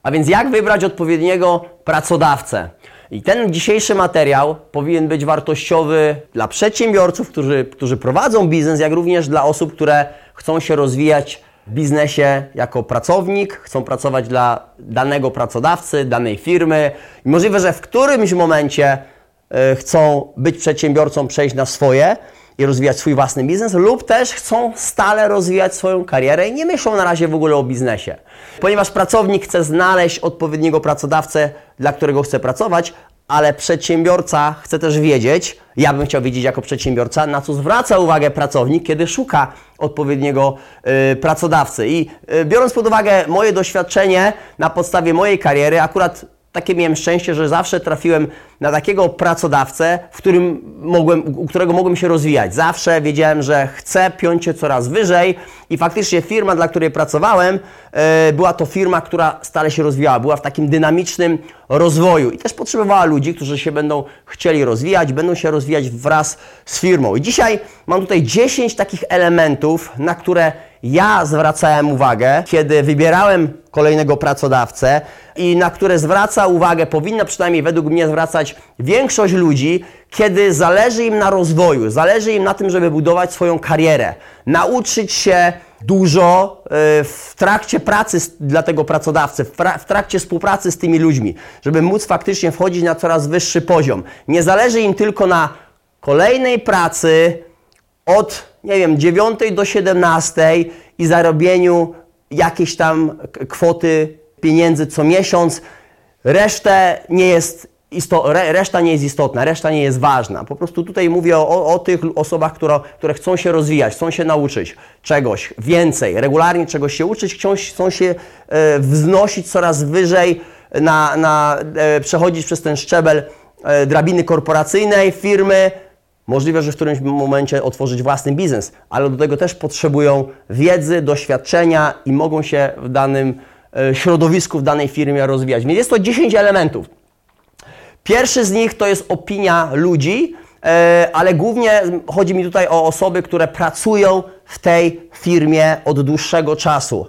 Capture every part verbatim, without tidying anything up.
A więc jak wybrać odpowiedniego pracodawcę? I ten dzisiejszy materiał powinien być wartościowy dla przedsiębiorców, którzy, którzy prowadzą biznes, jak również dla osób, które chcą się rozwijać w biznesie jako pracownik, chcą pracować dla danego pracodawcy, danej firmy. I możliwe, że w którymś momencie y, chcą być przedsiębiorcą, przejść na swoje i rozwijać swój własny biznes, lub też chcą stale rozwijać swoją karierę i nie myślą na razie w ogóle o biznesie. Ponieważ pracownik chce znaleźć odpowiedniego pracodawcę, dla którego chce pracować, ale przedsiębiorca chce też wiedzieć, ja bym chciał wiedzieć jako przedsiębiorca, na co zwraca uwagę pracownik, kiedy szuka odpowiedniego y, pracodawcy. I y, biorąc pod uwagę moje doświadczenie na podstawie mojej kariery, akurat takie miałem szczęście, że zawsze trafiłem na takiego pracodawcę, w którym mogłem, u którego mogłem się rozwijać. Zawsze wiedziałem, że chcę piąć się coraz wyżej i faktycznie firma, dla której pracowałem, yy, była to firma, która stale się rozwijała. Była w takim dynamicznym rozwoju i też potrzebowała ludzi, którzy się będą chcieli rozwijać, będą się rozwijać wraz z firmą. I dzisiaj mam tutaj dziesięć takich elementów, na które ja zwracałem uwagę, kiedy wybierałem kolejnego pracodawcę i na które zwraca uwagę, powinna przynajmniej według mnie zwracać większość ludzi, kiedy zależy im na rozwoju, zależy im na tym, żeby budować swoją karierę, nauczyć się dużo w trakcie pracy dla tego pracodawcy, w trakcie współpracy z tymi ludźmi, żeby móc faktycznie wchodzić na coraz wyższy poziom. Nie zależy im tylko na kolejnej pracy od, nie wiem, dziewiątej do siedemnastej i zarobieniu jakiejś tam kwoty pieniędzy co miesiąc. Resztę nie jest isto- reszta nie jest istotna, reszta nie jest ważna. Po prostu tutaj mówię o, o tych osobach, które, które chcą się rozwijać, chcą się nauczyć czegoś więcej, regularnie czegoś się uczyć, chcą, chcą się e, wznosić coraz wyżej, na, na, e, przechodzić przez ten szczebel e, drabiny korporacyjnej, firmy. Możliwe, że w którymś momencie otworzyć własny biznes, ale do tego też potrzebują wiedzy, doświadczenia i mogą się w danym środowisku, w danej firmie rozwijać. Więc jest to dziesięć elementów. Pierwszy z nich to jest opinia ludzi, ale głównie chodzi mi tutaj o osoby, które pracują w tej firmie od dłuższego czasu.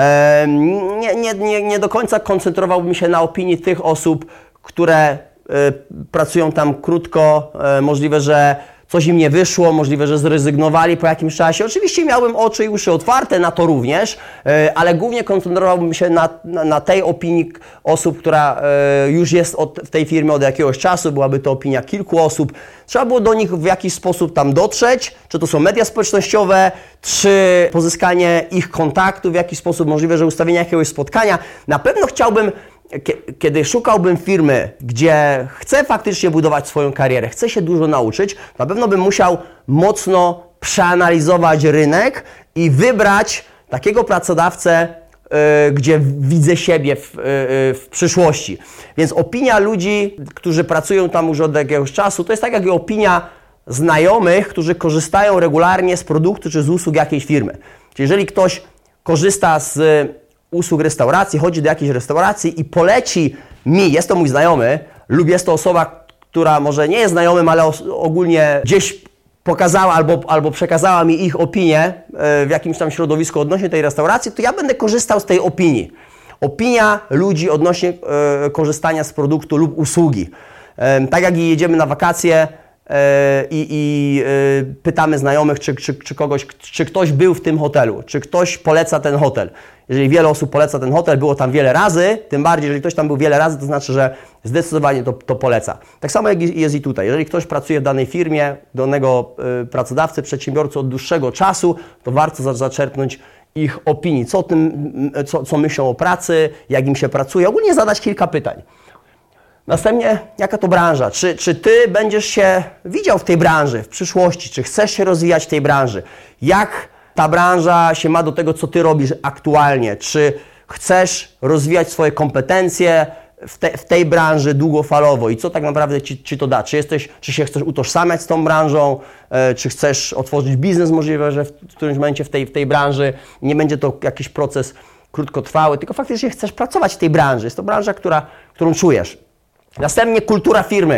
Nie, nie, nie, nie do końca koncentrowałbym się na opinii tych osób, które pracują tam krótko, możliwe, że coś im nie wyszło, możliwe, że zrezygnowali po jakimś czasie. Oczywiście miałbym oczy i uszy otwarte na to również, ale głównie koncentrowałbym się na, na, na tej opinii osób, która już jest od, w tej firmie od jakiegoś czasu, byłaby to opinia kilku osób. Trzeba było do nich w jakiś sposób tam dotrzeć, czy to są media społecznościowe, czy pozyskanie ich kontaktu w jakiś sposób, możliwe, że ustawienie jakiegoś spotkania. Na pewno chciałbym, kiedy szukałbym firmy, gdzie chcę faktycznie budować swoją karierę, chcę się dużo nauczyć, na pewno bym musiał mocno przeanalizować rynek i wybrać takiego pracodawcę, yy, gdzie widzę siebie w, yy, w przyszłości. Więc opinia ludzi, którzy pracują tam już od jakiegoś czasu, to jest tak jak opinia znajomych, którzy korzystają regularnie z produktu czy z usług jakiejś firmy. Czyli jeżeli ktoś korzysta z usług restauracji, chodzi do jakiejś restauracji i poleci mi, jest to mój znajomy lub jest to osoba, która może nie jest znajomym, ale ogólnie gdzieś pokazała albo, albo przekazała mi ich opinię w jakimś tam środowisku odnośnie tej restauracji, to ja będę korzystał z tej opinii. Opinia ludzi odnośnie e, korzystania z produktu lub usługi. E, tak jak jedziemy na wakacje i, i y, pytamy znajomych, czy, czy, czy, kogoś, czy ktoś był w tym hotelu, czy ktoś poleca ten hotel. Jeżeli wiele osób poleca ten hotel, było tam wiele razy, tym bardziej, jeżeli ktoś tam był wiele razy, to znaczy, że zdecydowanie to, to poleca. Tak samo jak jest i tutaj. Jeżeli ktoś pracuje w danej firmie, danego y, pracodawcy, przedsiębiorcy od dłuższego czasu, to warto za, zaczerpnąć ich opinii, co, tym, co, co myślą o pracy, jak im się pracuje. Ogólnie zadać kilka pytań. Następnie, jaka to branża? Czy, czy Ty będziesz się widział w tej branży w przyszłości? Czy chcesz się rozwijać w tej branży? Jak ta branża się ma do tego, co Ty robisz aktualnie? Czy chcesz rozwijać swoje kompetencje w, te, w tej branży długofalowo? I co tak naprawdę Ci, ci to da? Czy, jesteś, czy się chcesz utożsamiać z tą branżą? E, czy chcesz otworzyć biznes możliwe, że w, w którymś momencie w tej, w tej branży nie będzie to jakiś proces krótkotrwały, tylko faktycznie chcesz pracować w tej branży. Jest to branża, która, którą czujesz. Następnie kultura firmy.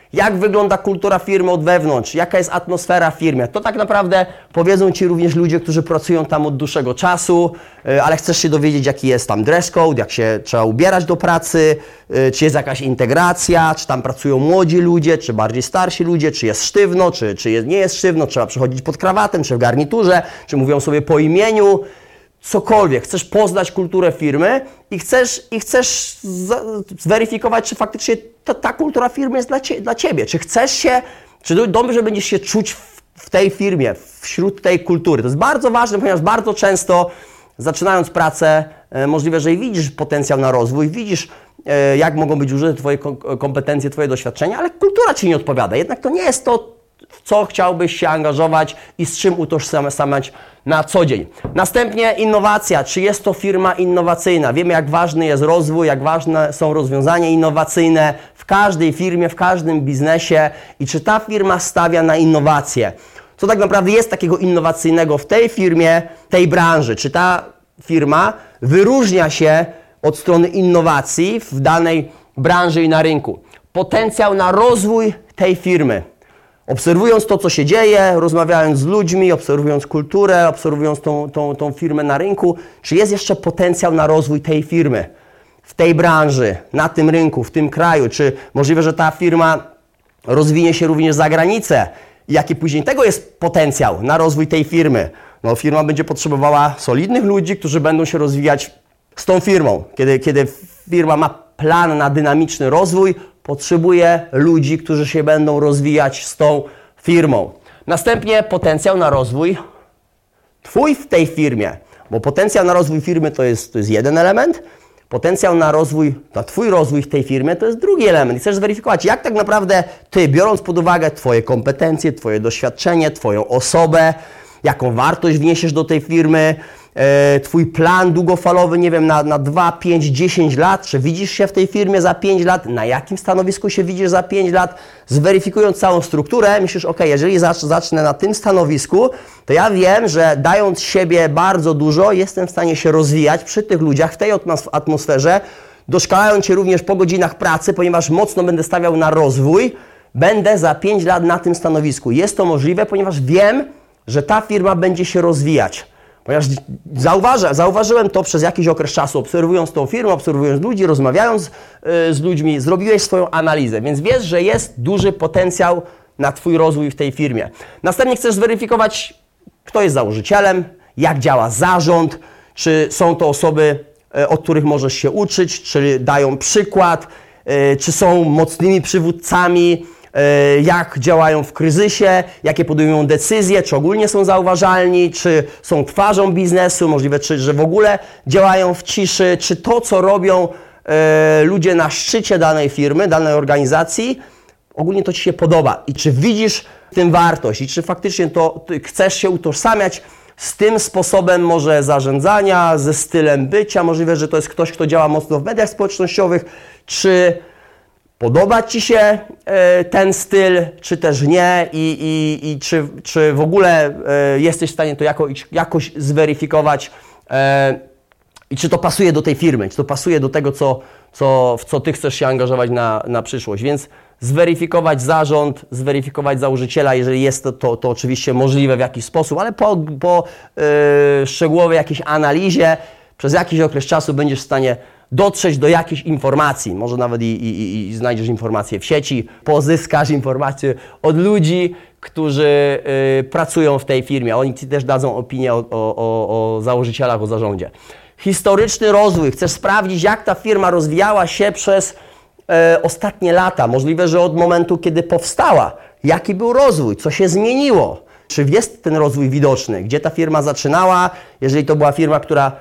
jak wygląda kultura firmy od wewnątrz, jaka jest atmosfera w firmie. To tak naprawdę powiedzą Ci również ludzie, którzy pracują tam od dłuższego czasu, ale chcesz się dowiedzieć, jaki jest tam dress code, jak się trzeba ubierać do pracy, czy jest jakaś integracja, czy tam pracują młodzi ludzie, czy bardziej starsi ludzie, czy jest sztywno, czy, czy jest, nie jest sztywno, trzeba przychodzić pod krawatem, czy w garniturze, czy mówią sobie po imieniu. Cokolwiek, chcesz poznać kulturę firmy i chcesz, i chcesz zweryfikować, czy faktycznie ta, ta kultura firmy jest dla, cie, dla Ciebie. Czy chcesz się, czy dobrze będziesz się czuć w, w tej firmie, wśród tej kultury. To jest bardzo ważne, ponieważ bardzo często zaczynając pracę, e, możliwe, że i widzisz potencjał na rozwój, widzisz e, jak mogą być użyte Twoje kompetencje, Twoje doświadczenia, ale kultura Ci nie odpowiada. Jednak to nie jest to, w co chciałbyś się angażować i z czym utożsamiać na co dzień. Następnie innowacja. Czy jest to firma innowacyjna? Wiemy, jak ważny jest rozwój, jak ważne są rozwiązania innowacyjne w każdej firmie, w każdym biznesie i czy ta firma stawia na innowacje. Co tak naprawdę jest takiego innowacyjnego w tej firmie, tej branży? Czy ta firma wyróżnia się od strony innowacji w danej branży i na rynku? Potencjał na rozwój tej firmy. Obserwując to, co się dzieje, rozmawiając z ludźmi, obserwując kulturę, obserwując tą, tą, tą firmę na rynku, czy jest jeszcze potencjał na rozwój tej firmy, w tej branży, na tym rynku, w tym kraju, czy możliwe, że ta firma rozwinie się również za granicę, jaki później tego jest potencjał na rozwój tej firmy. No, firma będzie potrzebowała solidnych ludzi, którzy będą się rozwijać z tą firmą. Kiedy, kiedy firma ma plan na dynamiczny rozwój, potrzebuje ludzi, którzy się będą rozwijać z tą firmą. Następnie potencjał na rozwój Twój w tej firmie, bo potencjał na rozwój firmy to jest, to jest jeden element, potencjał na rozwój, na Twój rozwój w tej firmie to jest drugi element. I chcesz zweryfikować, jak tak naprawdę Ty, biorąc pod uwagę Twoje kompetencje, Twoje doświadczenie, Twoją osobę, jaką wartość wniesiesz do tej firmy, e, Twój plan długofalowy, nie wiem, na, na dwa, pięć, dziesięć lat, czy widzisz się w tej firmie za pięć lat, na jakim stanowisku się widzisz za pięć lat, zweryfikując całą strukturę, myślisz, ok, jeżeli zacz, zacznę na tym stanowisku, to ja wiem, że dając siebie bardzo dużo, jestem w stanie się rozwijać przy tych ludziach, w tej atmosferze, doszkalając się również po godzinach pracy, ponieważ mocno będę stawiał na rozwój, będę za pięć lat na tym stanowisku. Jest to możliwe, ponieważ wiem, że ta firma będzie się rozwijać. Ponieważ zauważa, zauważyłem to przez jakiś okres czasu, obserwując tą firmę, obserwując ludzi, rozmawiając yy, z ludźmi, zrobiłeś swoją analizę, więc wiesz, że jest duży potencjał na Twój rozwój w tej firmie. Następnie chcesz zweryfikować, kto jest założycielem, jak działa zarząd, czy są to osoby, yy, od których możesz się uczyć, czy dają przykład, yy, czy są mocnymi przywódcami, jak działają w kryzysie, jakie podejmują decyzje, czy ogólnie są zauważalni, czy są twarzą biznesu, możliwe, czy, że w ogóle działają w ciszy, czy to, co robią e, ludzie na szczycie danej firmy, danej organizacji, ogólnie to Ci się podoba i czy widzisz w tym wartość i czy faktycznie to chcesz się utożsamiać z tym sposobem może zarządzania, ze stylem bycia, możliwe, że to jest ktoś, kto działa mocno w mediach społecznościowych, czy podoba Ci się e, ten styl, czy też nie i, i, i czy, czy w ogóle e, jesteś w stanie to jako, jakoś zweryfikować e, i czy to pasuje do tej firmy, czy to pasuje do tego, co, co, w co Ty chcesz się angażować na, na przyszłość. Więc zweryfikować zarząd, zweryfikować założyciela, jeżeli jest to, to, to oczywiście możliwe w jakiś sposób, ale po, po e, szczegółowej jakiejś analizie przez jakiś okres czasu będziesz w stanie dotrzeć do jakichś informacji, może nawet i, i, i znajdziesz informacje w sieci, pozyskasz informacje od ludzi, którzy y, pracują w tej firmie. Oni Ci też dadzą opinię o, o, o, o założycielach, o zarządzie. Historyczny rozwój. Chcesz sprawdzić, jak ta firma rozwijała się przez y, ostatnie lata. Możliwe, że od momentu, kiedy powstała. Jaki był rozwój? Co się zmieniło? Czy jest ten rozwój widoczny? Gdzie ta firma zaczynała? Jeżeli to była firma, która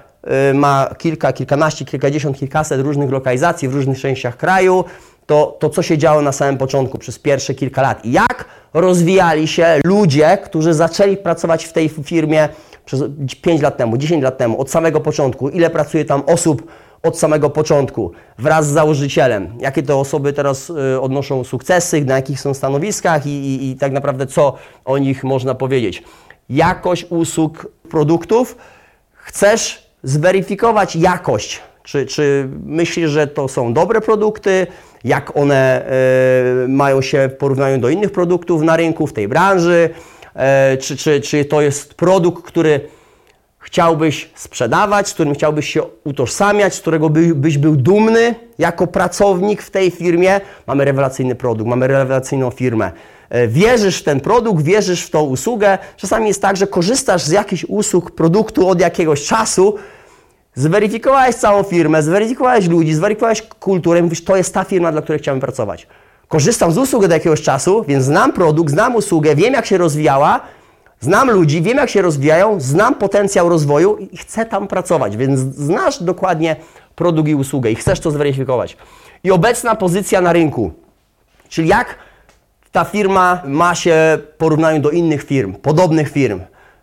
ma kilka, kilkanaście, kilkadziesiąt, kilkaset różnych lokalizacji w różnych częściach kraju, to, to co się działo na samym początku przez pierwsze kilka lat i jak rozwijali się ludzie, którzy zaczęli pracować w tej firmie przez pięć lat temu, dziesięć lat temu, od samego początku, ile pracuje tam osób od samego początku wraz z założycielem, jakie te osoby teraz y, odnoszą sukcesy, na jakich są stanowiskach i, i, i tak naprawdę co o nich można powiedzieć. Jakość usług, produktów. Chcesz zweryfikować jakość, Czy, czy myślisz, że to są dobre produkty? Jak one y, mają się w porównaniu do innych produktów na rynku, w tej branży? Y, czy, czy, czy to jest produkt, który chciałbyś sprzedawać, z którym chciałbyś się utożsamiać, z którego by, byś był dumny jako pracownik w tej firmie? Mamy rewelacyjny produkt, mamy rewelacyjną firmę. Wierzysz w ten produkt, wierzysz w tą usługę. Czasami jest tak, że korzystasz z jakichś usług, produktu od jakiegoś czasu, zweryfikowałeś całą firmę, zweryfikowałeś ludzi, zweryfikowałeś kulturę i mówisz, to jest ta firma, dla której chciałbym pracować. Korzystam z usług od jakiegoś czasu, więc znam produkt, znam usługę, wiem jak się rozwijała, znam ludzi, wiem jak się rozwijają, znam potencjał rozwoju i chcę tam pracować, więc znasz dokładnie produkt i usługę i chcesz to zweryfikować. I obecna pozycja na rynku, czyli jak ta firma ma się w porównaniu do innych firm, podobnych firm,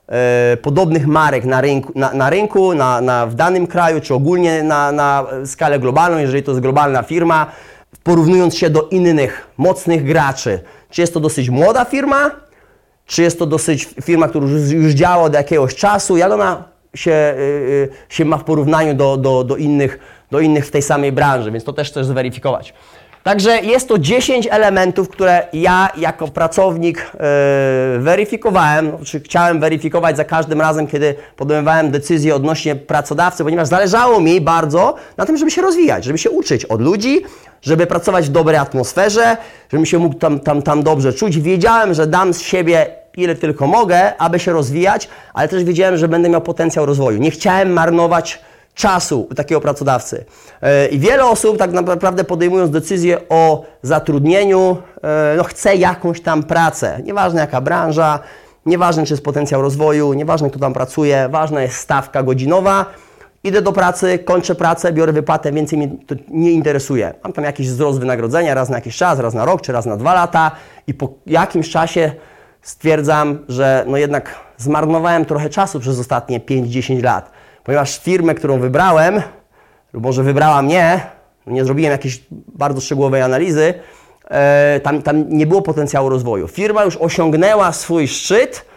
e, podobnych marek na rynku, na, na, rynku na, na, w danym kraju, czy ogólnie na, na skalę globalną, jeżeli to jest globalna firma, porównując się do innych mocnych graczy. Czy jest to dosyć młoda firma, czy jest to dosyć firma, która już, już działa od jakiegoś czasu, jak ona się, yy, się ma w porównaniu do, do, do, innych, do innych w tej samej branży, więc to też chcesz zweryfikować. Także jest to dziesięć elementów, które ja jako pracownik yy, weryfikowałem, czy chciałem weryfikować za każdym razem, kiedy podejmowałem decyzję odnośnie pracodawcy, ponieważ zależało mi bardzo na tym, żeby się rozwijać, żeby się uczyć od ludzi, żeby pracować w dobrej atmosferze, żebym się mógł tam, tam, tam dobrze czuć. Wiedziałem, że dam z siebie ile tylko mogę, aby się rozwijać, ale też wiedziałem, że będę miał potencjał rozwoju. Nie chciałem marnować czasu u takiego pracodawcy. I wiele osób tak naprawdę podejmując decyzję o zatrudnieniu, no chce jakąś tam pracę. Nieważne jaka branża, nieważne czy jest potencjał rozwoju, nieważne kto tam pracuje, ważna jest stawka godzinowa. Idę do pracy, kończę pracę, biorę wypłatę, więcej mnie to nie interesuje. Mam tam jakiś wzrost wynagrodzenia raz na jakiś czas, raz na rok czy raz na dwa lata i po jakimś czasie stwierdzam, że no jednak zmarnowałem trochę czasu przez ostatnie pięć do dziesięciu lat. Ponieważ firmę, którą wybrałem, lub może wybrała mnie, nie zrobiłem jakiejś bardzo szczegółowej analizy, e, tam, tam nie było potencjału rozwoju. Firma już osiągnęła swój szczyt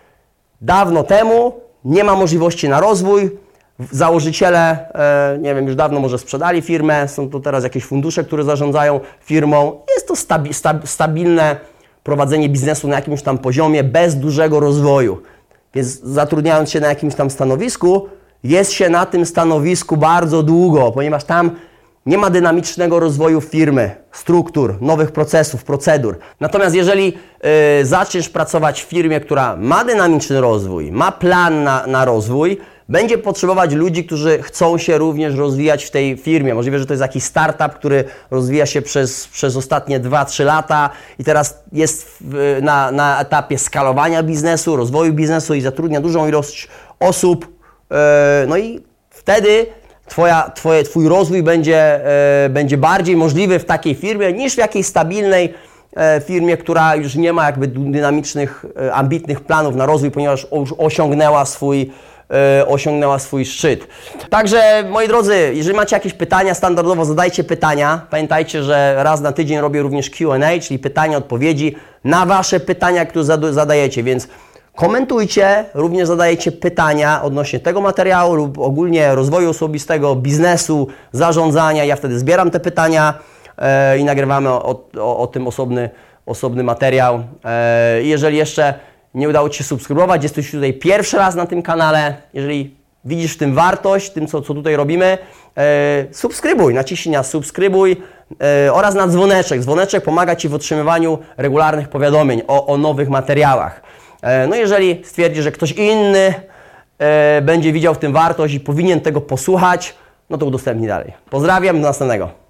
dawno temu, nie ma możliwości na rozwój. Założyciele, e, nie wiem, już dawno może sprzedali firmę, są to teraz jakieś fundusze, które zarządzają firmą. Jest to stabi, stab, stabilne prowadzenie biznesu na jakimś tam poziomie, bez dużego rozwoju. Więc zatrudniając się na jakimś tam stanowisku, jest się na tym stanowisku bardzo długo, ponieważ tam nie ma dynamicznego rozwoju firmy, struktur, nowych procesów, procedur. Natomiast jeżeli y, zaczniesz pracować w firmie, która ma dynamiczny rozwój, ma plan na, na rozwój, będzie potrzebować ludzi, którzy chcą się również rozwijać w tej firmie. Możliwe, że to jest jakiś startup, który rozwija się przez, przez ostatnie dwa trzy lata i teraz jest w, na, na etapie skalowania biznesu, rozwoju biznesu i zatrudnia dużą ilość osób. No i wtedy twoja, twoje, Twój rozwój będzie, będzie bardziej możliwy w takiej firmie niż w jakiejś stabilnej firmie, która już nie ma jakby dynamicznych, ambitnych planów na rozwój, ponieważ już osiągnęła swój, osiągnęła swój szczyt. Także moi drodzy, jeżeli macie jakieś pytania, standardowo zadajcie pytania. Pamiętajcie, że raz na tydzień robię również Q and A, czyli pytania, odpowiedzi na Wasze pytania, które zadajecie, więc komentujcie, również zadajecie pytania odnośnie tego materiału lub ogólnie rozwoju osobistego, biznesu, zarządzania. Ja wtedy zbieram te pytania e, i nagrywamy o, o, o tym osobny, osobny materiał. E, jeżeli jeszcze nie udało Ci się subskrybować, jesteś tutaj pierwszy raz na tym kanale, jeżeli widzisz w tym wartość, tym co, co tutaj robimy, e, subskrybuj, naciśnij na subskrybuj e, oraz na dzwoneczek. Dzwoneczek pomaga Ci w otrzymywaniu regularnych powiadomień o, o nowych materiałach. No jeżeli stwierdzi, że ktoś inny e, będzie widział w tym wartość i powinien tego posłuchać, no to udostępnij dalej. Pozdrawiam, do następnego.